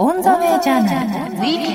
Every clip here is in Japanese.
オンザウェイジャーナルウィークエン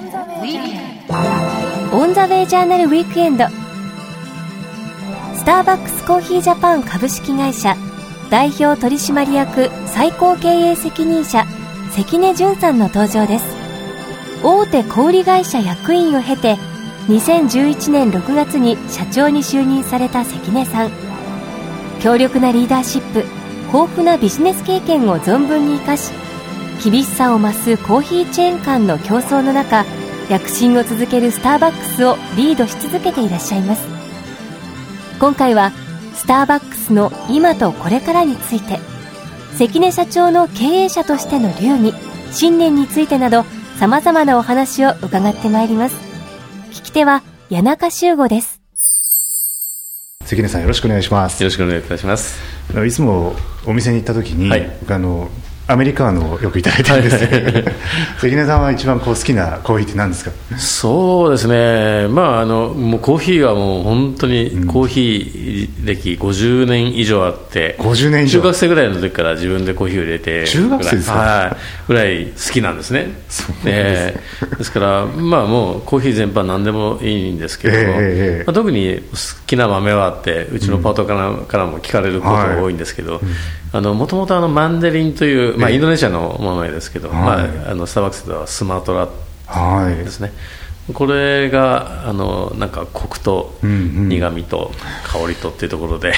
ド。オンザウェイジャーナルウィークエンド。スターバックスコーヒージャパン株式会社代表取締役最高経営責任者関根淳さんの登場です。大手小売会社役員を経て2011年6月に社長に就任された関根さん。強力なリーダーシップ、豊富なビジネス経験を存分に生かし、厳しさを増すコーヒーチェーン間の競争の中、躍進を続けるスターバックスをリードし続けていらっしゃいます。今回はスターバックスの今とこれからについて、関根社長の経営者としての流儀、信念についてなど様々なお話を伺ってまいります。聞き手は谷中修吾です。 関根さん、よろしくお願いします。 よろしくお願いいたします。 いつもお店に行った時に、僕アメリカーノをよくいただいてるんですけど、関根さんは一番好きなコーヒーって何ですか？ そうですね、もうコーヒーはもう本当にコーヒー歴50年以上あって、 50年以上、 中学生ぐらいの時から自分でコーヒーを入れて、 中学生ですか？ ぐらい好きなんですね。ですからもうコーヒー全般何でもいいんですけども、特に好きな豆はあって、うちのパートからも聞かれることが多いんですけど、もともとマンデリンという、インドネシアの豆ですけど、スターバックスではスマトラですね。これがなんかコクと苦みと香りとっていうところで、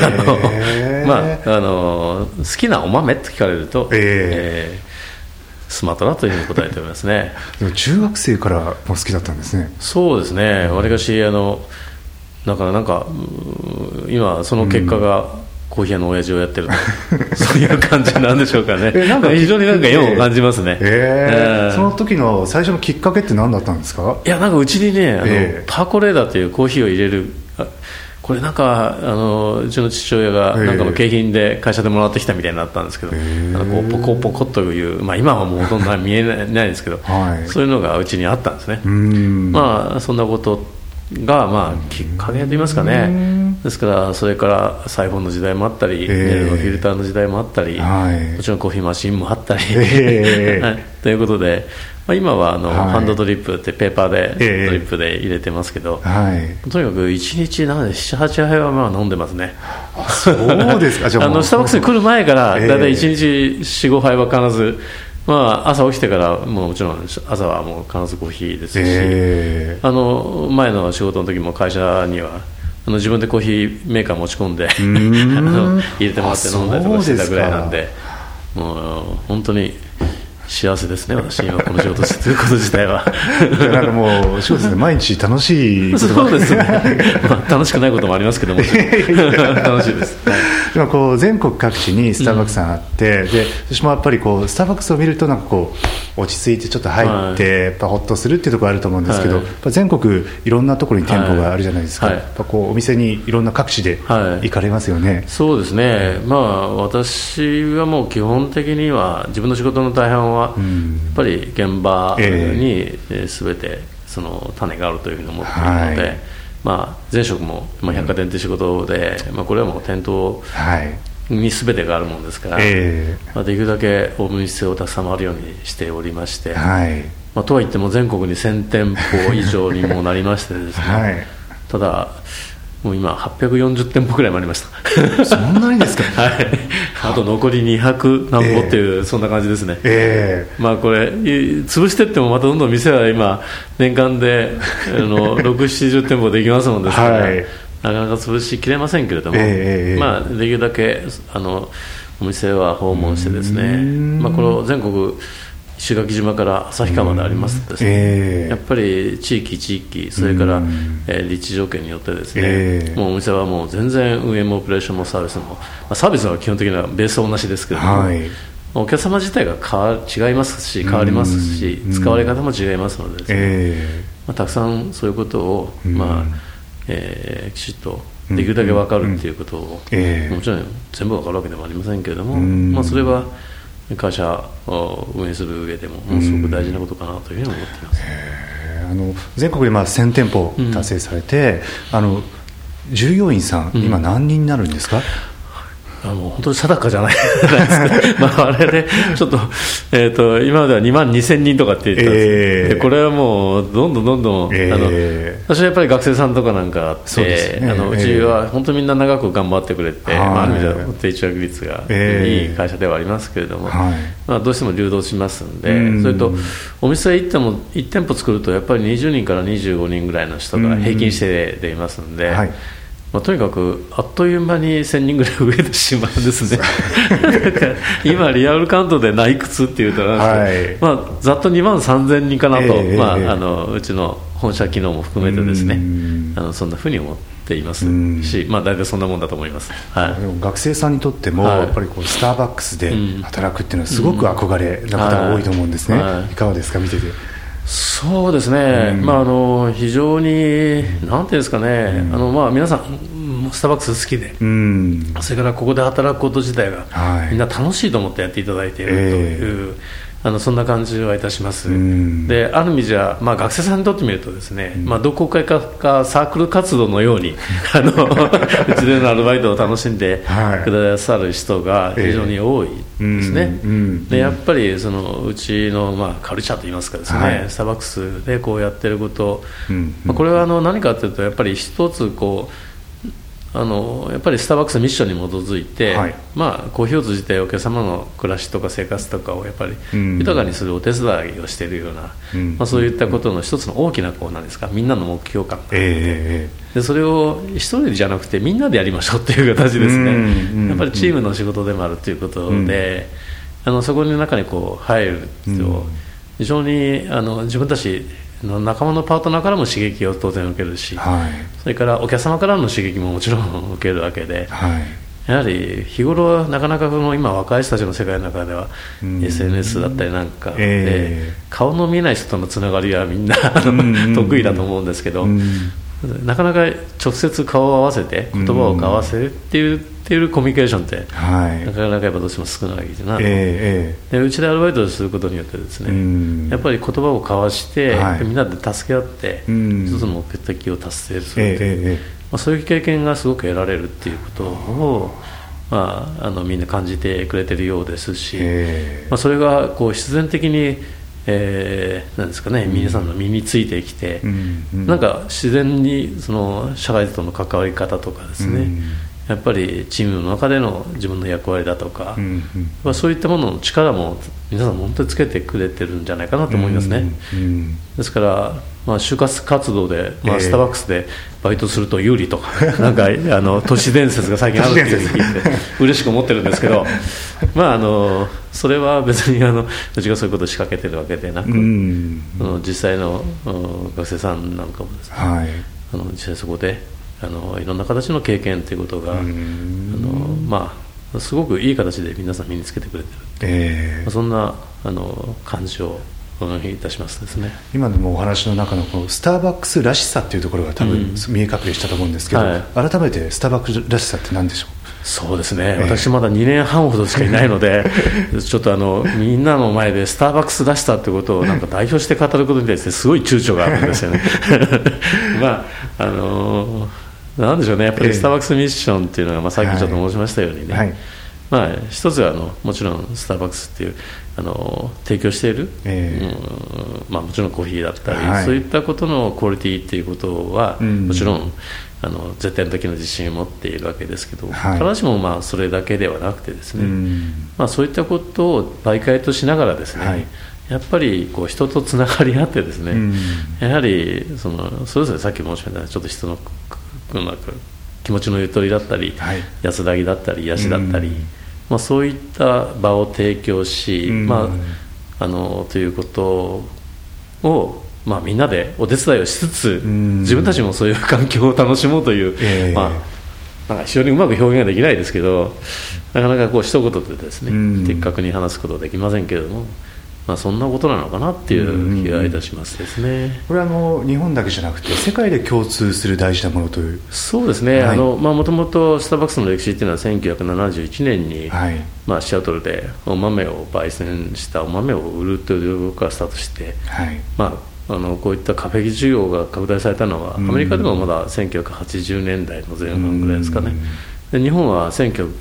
好きなお豆って聞かれると、スマトラというふうに答えておりますね。 中学生からも好きだったんですね。 そうですね、わりかしだからなんか今その結果が、コーヒー屋の親父をやってるとそういう感じなんでしょうかね。非常になんか縁を感じますね。 その時の最初のきっかけって何だったんですか？ いや、なんかうちにね、パーコレーダーというコーヒーを入れる、これなんかうちの父親がなんかの景品で会社でもらってきたみたいになったんですけど、ポコポコという、今はもうほとんど見えないですけど、そういうのがうちにあったんですね。そんなことがきっかけといいますかね。ですからそれからサイフォンの時代もあったり、フィルターの時代もあったり、もちろんコーヒーマシンもあったり、ということで、今はハンドドリップってペーパーでドリップで入れてますけど、とにかく1日なので 7,8 杯は飲んでますね。 そうですか。 スターバックスに来る前からだいたい1日 4,5 杯は必ず、朝起きてからもちろん朝はもう必ずコーヒーですし、前の仕事の時も会社には自分でコーヒーメーカー持ち込んで入れてもらって飲んだりとかしてたぐらいなんで、もう本当に幸せですね、私今この仕事すること自体は。 なんかもうそうですね、毎日楽しいことそうですね、楽しくないこともありますけども楽しいです。 今全国各地にスターバックスがあって、で私もやっぱりスターバックスを見るとなんか落ち着いてちょっと入って、やっぱホッとするっていうところあると思うんですけど、全国いろんなところに店舗があるじゃないですか。やっぱお店にいろんな各地で行かれますよね。 そうですね、私はもう基本的には自分の仕事の大半はやっぱり現場に全てその種があるというふうに思っているので、前職も百貨店という仕事で、これはもう店頭に全てがあるものですから、できるだけお店をたくさん回るようにしておりまして、とはいっても全国に1000店舗以上にもなりましてですね、ただもう今840店舗くらいもありました。 そんなにですか？ あと残り200何歩っていう、そんな感じですね。これ潰していってもまたどんどん店は今年間で6070店舗できますもんですから、なかなか潰しきれませんけれども、できるだけお店は訪問してですね、この全国石垣島から旭川までありますとですね、やっぱり地域それから立地条件によってですね、もうお店はもう全然運営もオペレーションもサービスも、サービスは基本的にはベースは同じですけれども、お客様自体が違いますし、変わりますし、使われ方も違いますのでですね、たくさんそういうことをきちっとできるだけ分かるっていうことを、もちろん全部分かるわけでもありませんけれども、それは会社を運営する上でもものすごく大事なことかなというふうに思っています。 全国で1000店舗達成されて、従業員さん、今何人になるんですか？ もう本当に定かじゃないですか、あれでちょっと、今までは2万2000人とかって言ったんです、でこれはもうどんどん、私はやっぱり学生さんとかなんかあって、うちは本当にみんな長く頑張ってくれて、ある意味では定着率がいい会社ではありますけれども、どうしても流動しますんで、それとお店へ行っても1店舗作るとやっぱり20人から25人ぐらいの人が平均してでいますんで、とにかくあっという間に1000人ぐらい増えてしまうんですねだから今リアルカウントで内屈っていうとなんですけど、ざっと2万3000人かなと、うちの本社機能も含めてですね、そんなふうに思っていますし、大体そんなもんだと思います、 でも学生さんにとっても、やっぱりこうスターバックスで働くっていうのはすごく憧れな方が多いと思うんですね、いかがですか、見てて。 そうですね、非常になんていうんですかね、皆さんスターバックス好きで、それからここで働くこと自体がみんな楽しいと思ってやっていただいているという、そんな感じはいたします、である意味じゃ、学生さんにとってみるとですね、同好会かサークル活動のようにうちでのアルバイトを楽しんでくださる人が非常に多いですね、でやっぱりそのうちの、カルチャーといいますかですね、スターバックスでこうやってること、これは何かというとやっぱり一つこうやっぱりスターバックスのミッションに基づいて、コーヒーを通じてお客様の暮らしとか生活とかをやっぱり豊かにするお手伝いをしているような、そういったことの一つの大きななんですか、みんなの目標感、でそれを一人じゃなくてみんなでやりましょうという形ですね、やっぱりチームの仕事でもあるということで、そこの中にこう入ると非常に自分たち仲間のパートナーからも刺激を当然受けるし、それからお客様からの刺激ももちろん受けるわけで、やはり日頃はなかなか今若い人たちの世界の中では SNS だったりなんかで顔の見えない人とのつながりはみんな得意だと思うんですけど、なかなか直接顔を合わせて言葉を交わせるっていうコミュニケーションって、なかなかやっぱどうしても少ないな、でうちでアルバイトをすることによってですね、やっぱり言葉を交わして、みんなで助け合って一つの目的を達成するという、そういう経験がすごく得られるっていうことを、みんな感じてくれてるようですし、それがこう必然的になんですかね、皆さんの身についてきて、なんか自然にその社会との関わり方とかですね、やっぱりチームの中での自分の役割だとか、そういったものの力も皆さん本当につけてくれてるんじゃないかなと思いますね、ですから就活活動で、スターバックスでバイトすると有利とかなんか都市伝説が最近あるっていうふうに聞いて嬉しく思ってるんですけどそれは別にうちがそういうことを仕掛けてるわけでなく、実際の学生さんなんかもですね、実際そこでいろんな形の経験ということがすごくいい形で皆さん身につけてくれてる、そんな感じをいたしますですね。 今のお話の中のこのスターバックスらしさというところが多分見え隠れしたと思うんですけど、改めてスターバックスらしさって何でしょう。 そうですね、私まだ2年半ほどしかいないのでちょっとみんなの前でスターバックスらしさということをなんか代表して語ることに対してすごい躊躇があるんですよねなんでしょうね、やっぱりスターバックスミッションっていうのが、さっきちょっと申しましたようにね、一つはもちろんスターバックスっていう提供している、もちろんコーヒーだったり、そういったことのクオリティっていうことは、もちろん絶対の時の自信を持っているわけですけど、必ずしもそれだけではなくてですね、そういったことを媒介としながらですね、やっぱりこう人とつながり合ってですね、やはりそれぞれさっき申し上げたちょっと人の気持ちのゆとりだったり、安らぎだったり癒しだったり、そういった場を提供し、ということを、みんなでお手伝いをしつつ、自分たちもそういう環境を楽しもうという、なんか非常にうまく表現ができないですけど、なかなかこう一言でですね、的確に話すことはできませんけれども、そんなことなのかなっていう気がいたしますですね。 これは日本だけじゃなくて世界で共通する大事なものという。 そうですね、もともとスターバックスの歴史っていうのは1971年に、シアトルでお豆を焙煎したお豆を売るというところからスタートして、こういったカフェ需要が拡大されたのは、アメリカでもまだ1980年代の前半ぐらいですかね。 で日本は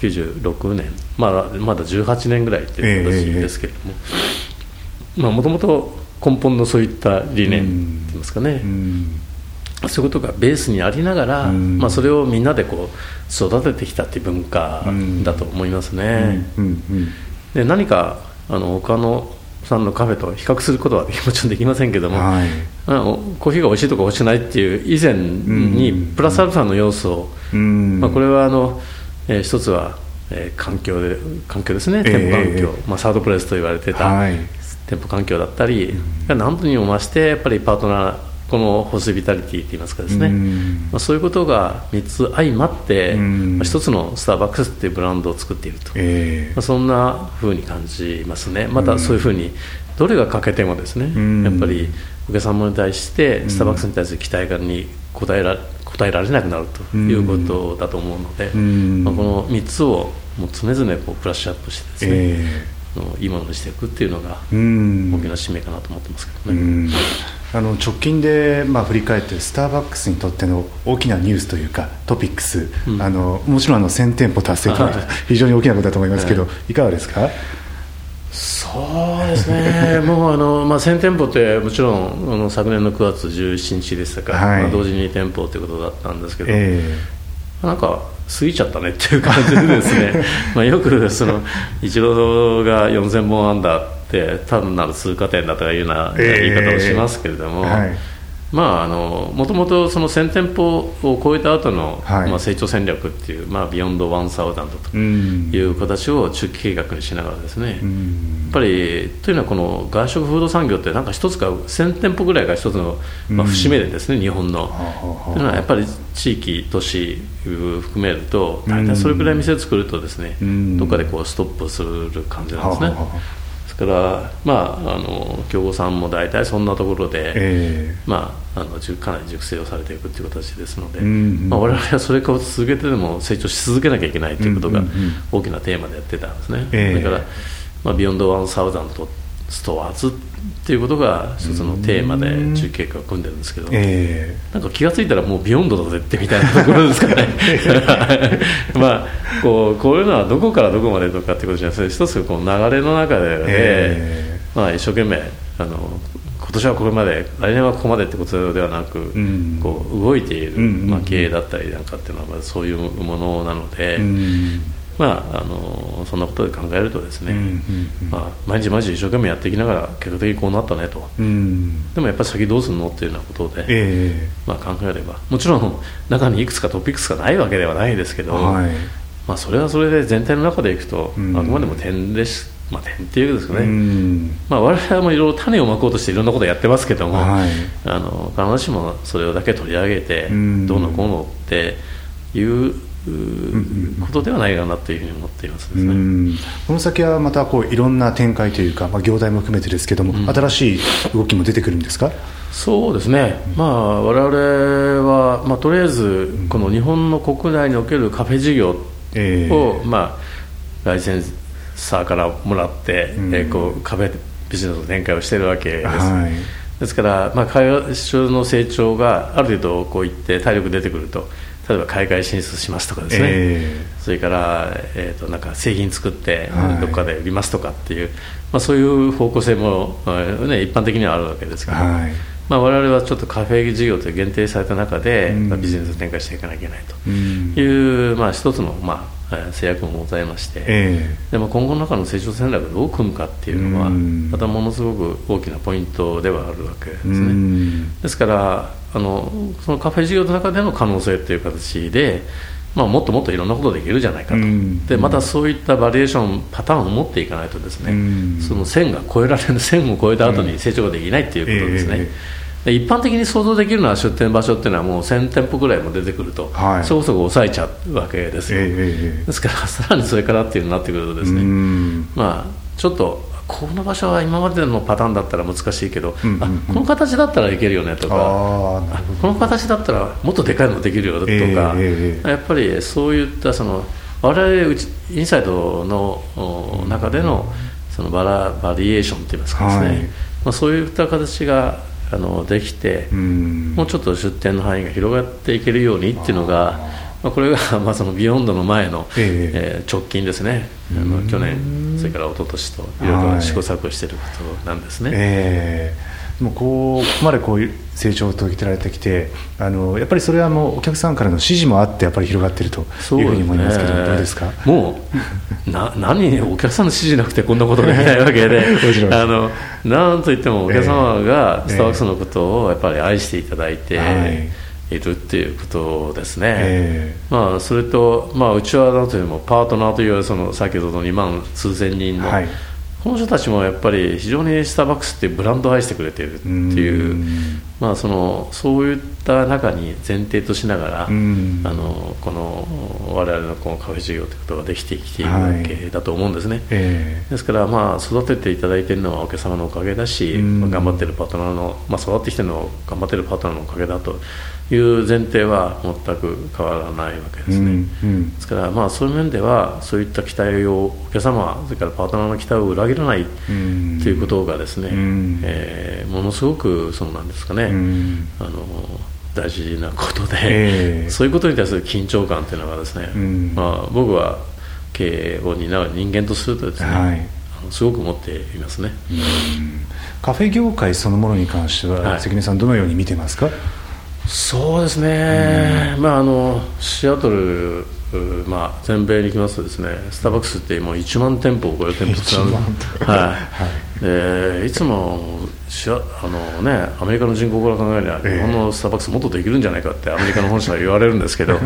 1996年、まだ18年ぐらいという形ですけれども、もともと根本のそういった理念といいますかね、そういうことがベースにありながら、それをみんなでこう育ててきたという文化だと思いますね。で何か他のさんのカフェと比較することはもちろんできませんけども、はい、コーヒーが美味しいとか美味しくないっていう以前にプラスアルファの要素を、これは一つは、環境ですね、店舗環境、サードプレイスと言われてた、はい、店舗環境だったり、何とにも増してやっぱりパートナー、このホスピタリティといいますかですね、そういうことが3つ相まって、一つのスターバックスっていうブランドを作っていると、そんな風に感じますね。またそういう風にどれが欠けてもですね、やっぱりお客様に対してスターバックスに対する期待感に応えられなくなるということだと思うので、この3つをもう常々こうブラッシュアップしてですね、いいものにしていくっていうのが大きな使命かなと思ってますけどね。 直近で振り返ってスターバックスにとっての大きなニュースというかトピックス、もちろん1000店舗達成というのは非常に大きなことだと思いますけど、いかがですか？ そうですねもう1000店舗ってもちろん昨年の9月17日でしたか、はい、同時に店舗ということだったんですけど、なんか過ぎちゃったねっていう感じでですねよくイチローが4000本安打って単なる通過点だというような言い方をしますけれども、もともとその1000店舗を超えた後の、成長戦略っていう、ビヨンド1000という形を中期計画にしながらですね、やっぱりというのはこの外食フード産業ってなんか一つか1000店舗ぐらいが一つの、節目でですね、日本のというのはやっぱり地域都市含めると大体それぐらい店を作るとですね、どっかでこうストップする感じなんですね。ですから競合さんも大体そんなところで、かなり熟成をされていくという形ですので、我々はそれを続けてでも成長し続けなきゃいけないということが大きなテーマでやってたんですね。だから、ビヨンド1000ストアーズっていうことが一つのテーマで中継計画を組んでるんですけど、なんか気がついたらもうビヨンドだぜってみたいなところですかねこういうのはどこからどこまでとかってことじゃなくて、一つこの流れの中で、一生懸命今年はこれまで来年はここまでってことではなく、こう動いている、経営だったりなんかっていうのはそういうものなので、そんなことで考えるとですね、毎日一生懸命やっていきながら結果的にこうなったねと、でもやっぱり先どうするのっていうようなことで、考えればもちろん中にいくつかトピックスがないわけではないですけど、それはそれで全体の中でいくと、あくまでも点です。点っていうですかね、我々もいろいろ種をまこうとしていろんなことをやってますけども、必ずしもそれをだけ取り上げてどうのこうのっていうことではないかなというふうに思っていますですね。 この先はまたいろんな展開というか、業態も含めてですけども、新しい動きも出てくるんですか？ そうですね、我々は、とりあえずこの日本の国内におけるカフェ事業を、ライセンサーからもらって、カフェビジネスの展開をしているわけです。ですから、会社の成長がある程度いって体力出てくると、例えば海外進出しますとかですね、それから、なんか製品作ってどっかで売りますとかっていう、そういう方向性も、一般的にはあるわけですけど、我々はちょっとカフェ事業という限定された中で、ビジネスを展開していかなきゃいけないという、一つの、制約もございまして、でも今後の中の成長戦略をどう組むかっていうのは、またものすごく大きなポイントではあるわけですね。ですからそのカフェ事業の中での可能性という形で、もっともっといろんなことできるじゃないかと、でまたそういったバリエーションパターンを持っていかないとですね、その線を超えた後に成長ができないということですね。一般的に想像できるのは出店場所っていうのはもう1000店舗ぐらいも出てくると、そこそこ抑えちゃうわけですよ。ですからさらにそれからっていうのになってくるとですね、ちょっとこの場所は今までのパターンだったら難しいけど、この形だったらいけるよねとか、この形だったらもっとでかいのできるよとか、やっぱりそういった我々インサイドの中でのそのバリエーションといいますかですね、そういった形ができて、もうちょっと出店の範囲が広がっていけるようにっていうのが、 これがそのビヨンドの前の、直近ですね、去年それから一昨年といろいろ試行錯誤していることなんですね。 もうここまでこういう成長を遂げてられてきて、やっぱりそれはもうお客さんからの支持もあってやっぱり広がっているというふうに思いますけど、どうですか。 もう何お客さんの支持なくてこんなことできないわけでなんといってもお客様がスターバックスのことをやっぱり愛していただいているっていうことですね。それと、うちはなんというもパートナーというその先ほどの2万数千人の、この人たちもやっぱり非常にスターバックスっていうブランドを愛してくれているっていう、そういった中に前提としながら、この我々のこのカフェ事業ということができてきているわけだと思うんですね。ですから育てていただいているのはお客様のおかげだし、頑張っているパートナーの、育ってきているのは頑張っているパートナーのおかげだという前提は全く変わらないわけですね。ですからそういう面ではそういった期待をお客様それからパートナーの期待を裏切らないということがですね、ものすごくそうなんですかね、大事なことで、そういうことに対する緊張感というのがですね、僕は経営を担う人間とするとですね、すごく持っていますね。 カフェ業界そのものに関しては、関根さんどのように見てますか。 そうですね、シアトル、全米に行きますとですね、スターバックスってもう1万店舗を超える店舗使う、いつもアメリカの人口から考えれば、日本のスターバックスもっとできるんじゃないかってアメリカの本社は言われるんですけど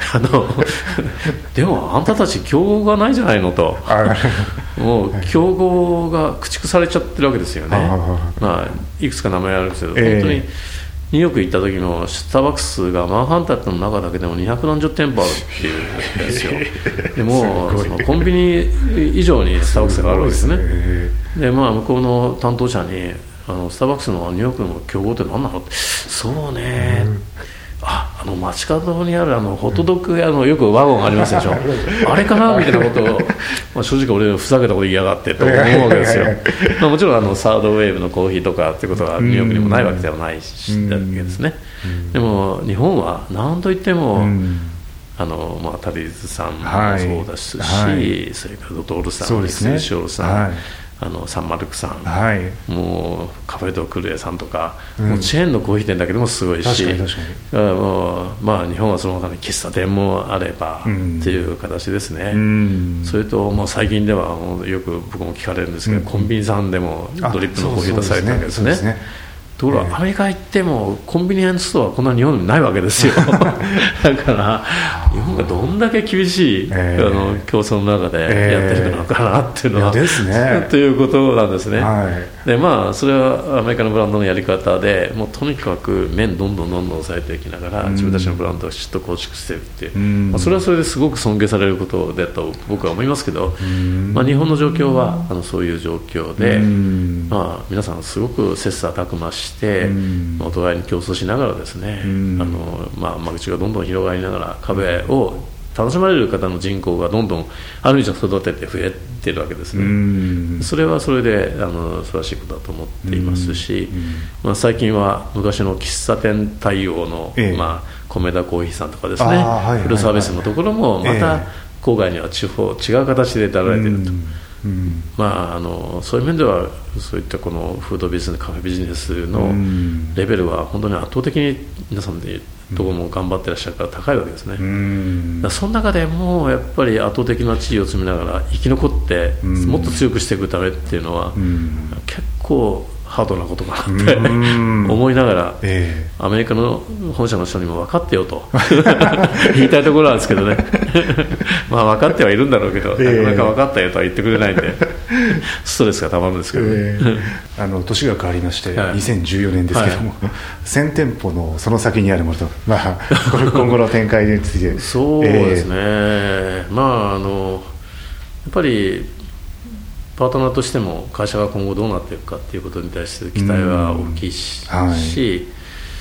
でもあんたたち競合がないじゃないのともう競合が駆逐されちゃってるわけですよね。いくつか名前あるんですけど、本当にニューヨーク行った時のスターバックスがマンハッタンの中だけでも200何十店舗あるっていうんですよ。でもそのコンビニ以上にスターバックスがあるわけですね。で向こうの担当者にスターバックスのニューヨークの競合って何なのって、そうね、街角にあるホットドッグ屋のよくワゴンありますでしょあれかなみたいなことを、正直俺ふざけたこと言いやがってと思うわけですよもちろんサードウェーブのコーヒーとかっていうことはニューヨークにもないわけではないしだけですね。でも日本は何といってもタリーズさんもそうですし、それからドトールさん、エクセショールさん、サンマルクさん、もうカフェドクルエさんとか、もうチェーンのコーヒー店だけでもすごいし、もう日本はその他に喫茶店もあればっていう形ですね。それと最近ではよく僕も聞かれるんですけど、コンビニさんでもドリップのコーヒー出されてるわけですね。ところがアメリカ行ってもコンビニエンスストアはこんな日本にないわけですよだから日本がどんだけ厳しい、競争の中でやってるのかなっていうのは、 ですねということなんですね。でそれはアメリカのブランドのやり方で、もうとにかく面どんどん抑えていきながら自分たちのブランドをきちっと構築しているっていう、それはそれですごく尊敬されることだと僕は思いますけど、日本の状況はそういう状況で、皆さんすごく切磋琢磨してお互いに競争しながらですね、間口がどんどん広がりながら壁を楽しまれる方の人口がどんどんある意味で育てて増えているわけですね。それはそれで素晴らしいことだと思っていますし、最近は昔の喫茶店対応の、米田コーヒーさんとかですね、フルサービスのところもまた郊外には違う形で出られていると。そういう面ではそういったこのフードビジネスカフェビジネスのレベルは本当に圧倒的に皆さんでどこも頑張ってらっしゃるから高いわけですね。その中でもやっぱり圧倒的な地位を積みながら生き残ってもっと強くしていくためっていうのは結構ハードなことかなって思いながら、アメリカの本社の人にも分かってよと言いたいところなんですけどね分かってはいるんだろうけど、なかなか分かったよとは言ってくれないんでストレスがたまるんですけど、 年が変わりまして、2014年ですけども、1000店舗のその先にあるものと、今後の展開についてそうですね、やっぱりパートナーとしても会社が今後どうなっていくかということに対する期待は大きいし、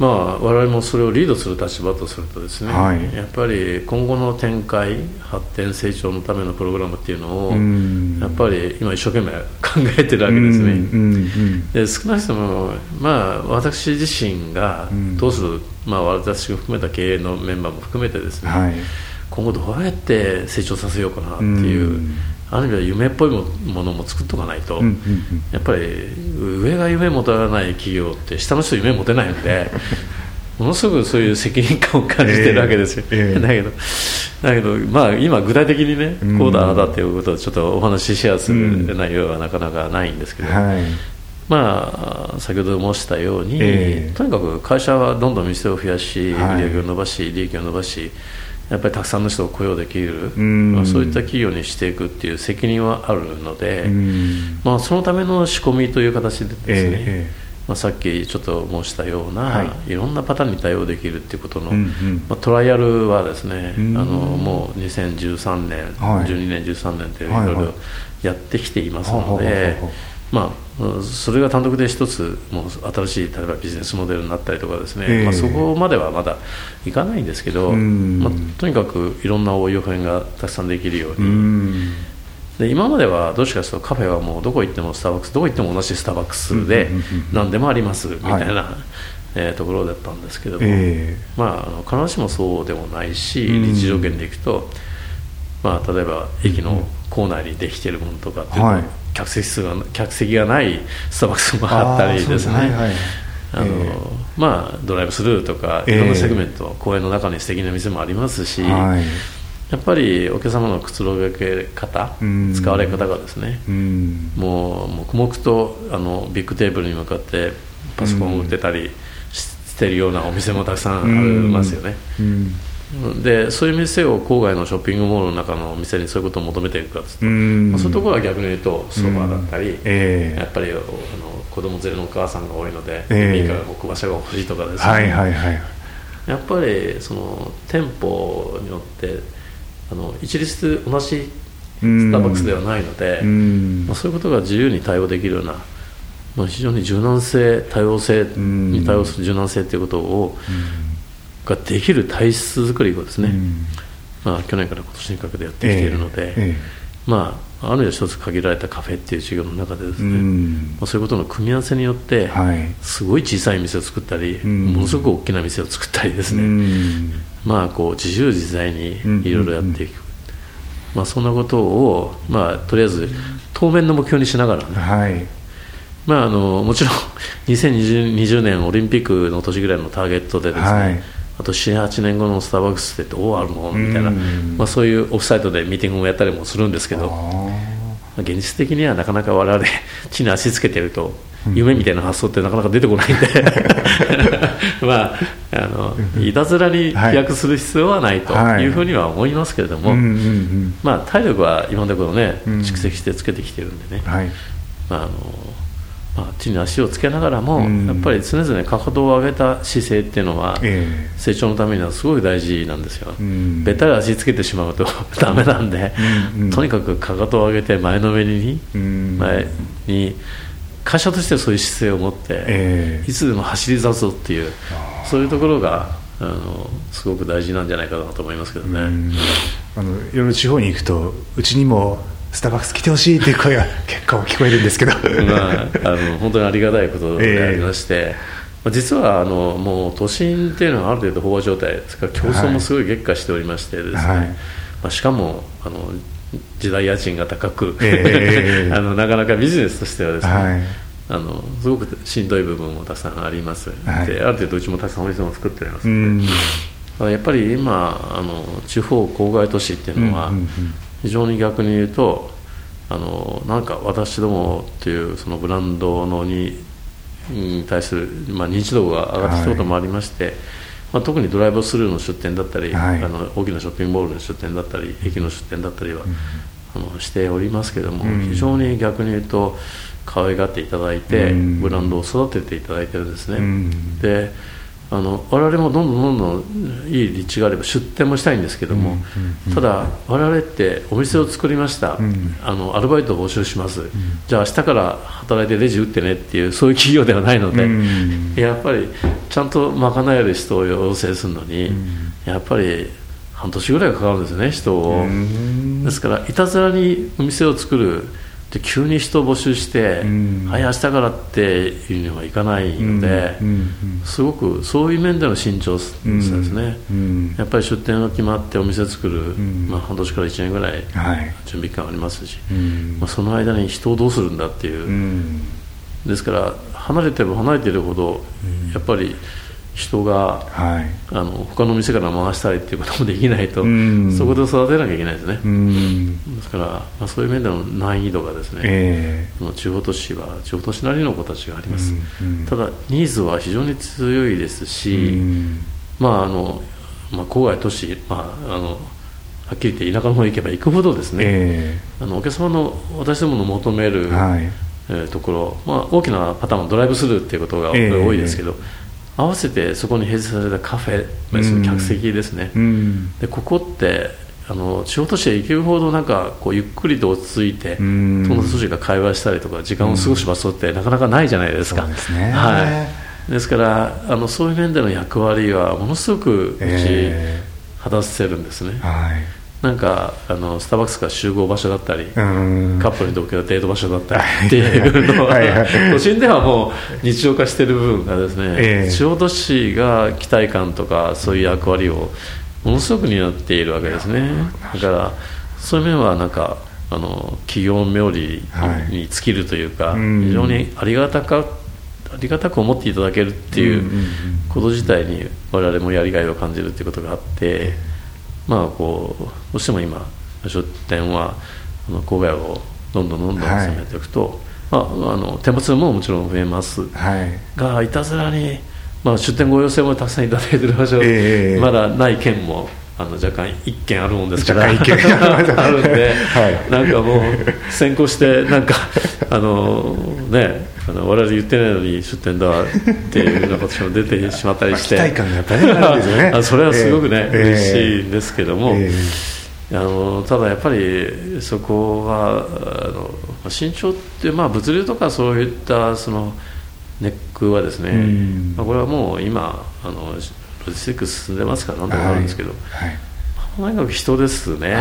我々もそれをリードする立場とするとですね、はい、やっぱり今後の展開発展成長のためのプログラムっていうのをやっぱり今一生懸命考えてるわけですね。で少なくとも、私自身がどうする、私を含めた経営のメンバーも含めてですね、はい、今後どうやって成長させようかなっていうある意味では夢っぽいものも作っとかないと、やっぱり上が夢持たない企業って下の人夢持てないのでものすごくそういう責任感を感じてるわけですよ、だけど今具体的にねこうだああだということをちょっとお話しシェアする内容はなかなかないんですけど、先ほど申したように、とにかく会社はどんどん店を増やし売り上げを伸ばし利益を伸ばしやっぱりたくさんの人を雇用できる、そういった企業にしていくっていう責任はあるので、そのための仕込みという形でですね、さっきちょっと申したような、いろんなパターンに対応できるっていうことの、トライアルはですね、もう2013年、12年13年っていろいろやってきていますので、それが単独で一つもう新しい例えばビジネスモデルになったりとかですね、そこまではまだいかないんですけど、とにかくいろんな応用編がたくさんできるように、で今まではどうしかというとカフェはもうどこ行ってもスターバックスどこ行っても同じスターバックスで何でもありますみたいな、ところだったんですけども、必ずしもそうでもないし、立地条件でいくと、例えば駅の構内にできているものとかっていうのは、客席がないスターバックスもあったりですね、ドライブスルーとかいろんなセグメント、公園の中に素敵な店もありますし、やっぱりお客様のくつろげ方、使われ方がですね、もう黙々とビッグテーブルに向かってパソコンを売ってたりしてるようなお店もたくさんありますよね。でそういう店を郊外のショッピングモールの中のお店にそういうことを求めていくかというと、そういうところは逆に言うとソファだったり、やっぱり子供連れのお母さんが多いので、いいから置く場所が欲しいとかですね、やっぱりその店舗によって一律同じスターバックスではないので、そういうことが自由に対応できるような、非常に柔軟性多様性に対応する柔軟性ということをができる体質作りをですね、去年から今年にかけてやってきているので、ある意味一つ限られたカフェっていう授業の中でですね、そういうことの組み合わせによってすごい小さい店を作ったり、ものすごく大きな店を作ったりですね、こう自由自在にいろいろやっていく、そんなことを、とりあえず当面の目標にしながらね、もちろん2020年オリンピックの年ぐらいのターゲットでですね、あと 7,8 年後のスターバックスってどうあるのみたいな、そういうオフサイトでミーティングもやったりもするんですけど、現実的にはなかなか我々地に足つけてると夢みたいな発想ってなかなか出てこないんでいたずらに飛躍する必要はないというふうには思いますけれども、体力は今のところね蓄積してつけてきてるんでね、地に足をつけながらも、やっぱり常々かかとを上げた姿勢っていうのは、成長のためにはすごい大事なんですよ。べったり足つけてしまうとダメなんで、とにかくかかとを上げて前のめりに、会社としてそういう姿勢を持って、いつでも走り出すぞっていうそういうところがすごく大事なんじゃないかなと思いますけどね。 いろいろ地方に行くとうちにもスターバックス来てほしいという声が結構聞こえるんですけど本当にありがたいことでありまして、実はもう都心っていうのはある程度飽和状態ですから、競争もすごい激化しておりましてですね、しかも時代家賃が高くなかなかビジネスとしてはですね、すごくしんどい部分もたくさんあります、である程度うちもたくさんお店も作っておりますので、やっぱり今地方郊外都市っていうのは、非常に逆に言うとなんか私どもというそのブランドのに対する、認知度が上がってきたこともありまして、特にドライブスルーの出店だったり、大きなショッピングモールの出店だったり駅の出店だったりは、しておりますけども、非常に逆に言うと可愛がっていただいて、ブランドを育てていただいてるんですね。で我々もどんどんいい立地があれば出店もしたいんですけども、ただ我々ってお店を作りました、アルバイトを募集します、じゃあ明日から働いてレジ打ってねっていうそういう企業ではないので、やっぱりちゃんと賄える人を養成するのに、やっぱり半年ぐらいかかるんですよね、人を。ですからいたずらにお店を作るで急に人を募集して、はい、明日からっていうのはいかないので、すごくそういう面での慎重さですね、やっぱり出店が決まってお店を作る、半年から1年ぐらい準備期間ありますし、その間に人をどうするんだっていう、ですから離れてれば離れているほど、やっぱり人が、他の店から回したりっていうこともできないと、そこで育てなきゃいけないですね、ですから、そういう面での難易度がですね、地方都市は地方都市なりの子たちがあります、ただニーズは非常に強いですし、郊外都市、はっきり言って田舎の方に行けば行くほどですね、お客様の私どもの求める、ところ、大きなパターンはドライブスルーっていうことが多いですけど、合わせてそこに併設されたカフェ、客席ですね、でここって地方都市へ行けるほどなんかこうゆっくりと落ち着いて友達同士が会話したりとか時間を過ごす場所ってなかなかないじゃないですか。ですからそういう面での役割はものすごくうち果たせるんですね。なんかスターバックスが集合場所だったり、カップルにとってデート場所だったりっていうのは都心ではもう日常化している部分がですね、地方都市が期待感とかそういう役割をものすごく担っているわけですね。だからそういう面はなんか企業冥利に尽きるというか、非常にありがたく思っていただけるっていうこと自体に我々もやりがいを感じるっていうことがあって、どうしても今出店は郊外をどんどん攻めていくと、店舗数ももちろん増えますが、いたずらに、出店ご要請もたくさんいただいている場所、まだない県も若干1軒あるもんですからあるんで、なんかもう先行してなんか我々言ってないのに出店だっていうようなことも出てしまったりして、 期待感がやっぱりあるんですよね。 それはすごくね、嬉しいんですけども、ただやっぱりそこは慎重っていう、物流とかそういったそのネックはですね、これはもう今ロジスティック進んでますから何でもあるんですけど、とにかく人ですね。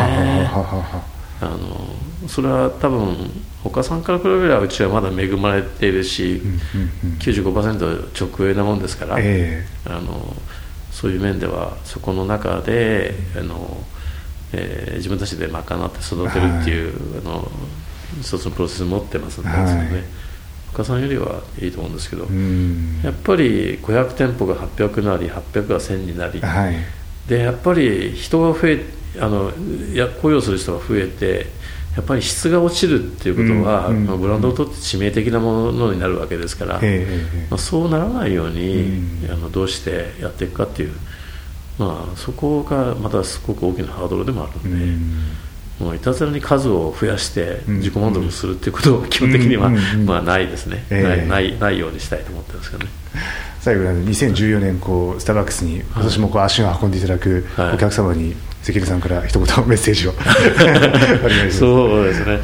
それは多分他さんから比べればうちはまだ恵まれているし、95% 直営なもんですから、そういう面ではそこの中で自分たちで賄って育てるっていう、一つのプロセスを持ってますんで、他さんよりはいいと思うんですけど、やっぱり500店舗が800なり800が1000になり、でやっぱり人が増え雇用する人が増えて、やっぱり質が落ちるっていうことは、ブランドをとって致命的なものになるわけですから、そうならないように、どうしてやっていくかっていう、そこがまたすごく大きなハードルでもあるので、もういたずらに数を増やして自己満足するっていうことは基本的にはないですね、ないようにしたいと思ってますけどね。 最後に2014年スターバックスに今年も足を運んでいただくお客様に関根さんから一言メッセージをそうですね、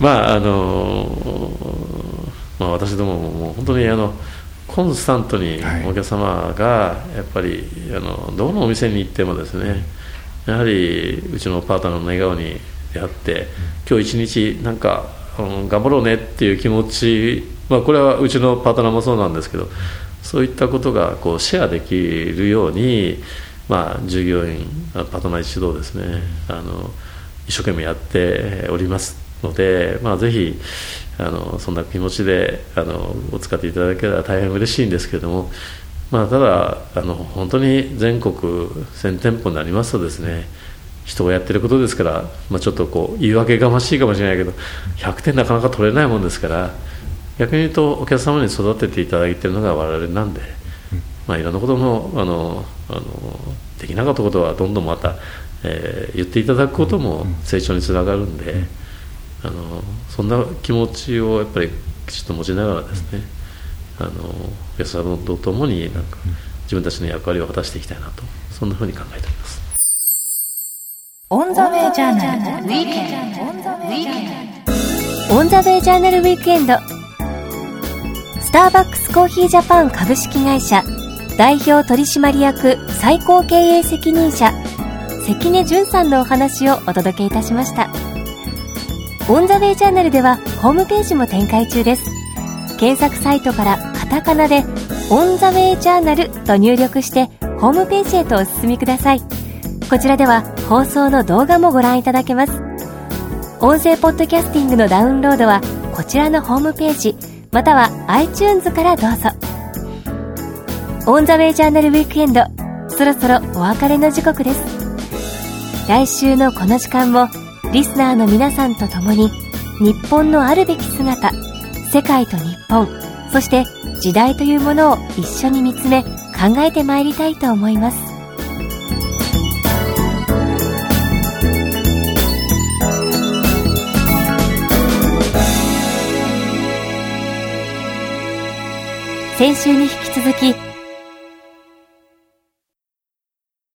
私どももう本当にコンスタントにお客様がやっぱりどのお店に行ってもですね、やはりうちのパートナーの笑顔に出会って、今日一日なんか、頑張ろうねっていう気持ち、これはうちのパートナーもそうなんですけど、そういったことがシェアできるように、従業員パートナー一同ですね、一生懸命やっておりますので、ぜひそんな気持ちでお使っていただければ大変嬉しいんですけれども、ただ本当に全国1000店舗になりますとですね、人がやってることですから、ちょっと言い訳がましいかもしれないけど、100点なかなか取れないもんですから、逆に言うとお客様に育てていただいているのが我々なんで、いろんなこともできなかったことはどんどんまた、言っていただくことも成長につながるんで、そんな気持ちをやっぱりきちっと持ちながらですね、お客様とともになんか自分たちの役割を果たしていきたいなと、そんなふうに考えております。 オンザウェイジャーナルウィークエンド。オンザウェイジャーナルウィークエンド。スターバックスコーヒージャパン株式会社代表取締役最高経営責任者関根淳さんのお話をお届けいたしました。オンザウェイジャーナルではホームページも展開中です。検索サイトからカタカナでオンザウェイジャーナルと入力してホームページへとお進みください。こちらでは放送の動画もご覧いただけます。音声ポッドキャスティングのダウンロードはこちらのホームページまたは iTunes からどうぞ。オンザウェイジャーナルウィークエンド、そろそろお別れの時刻です。来週のこの時間もリスナーの皆さんと共に日本のあるべき姿、世界と日本、そして時代というものを一緒に見つめ考えてまいりたいと思います。先週に引き続き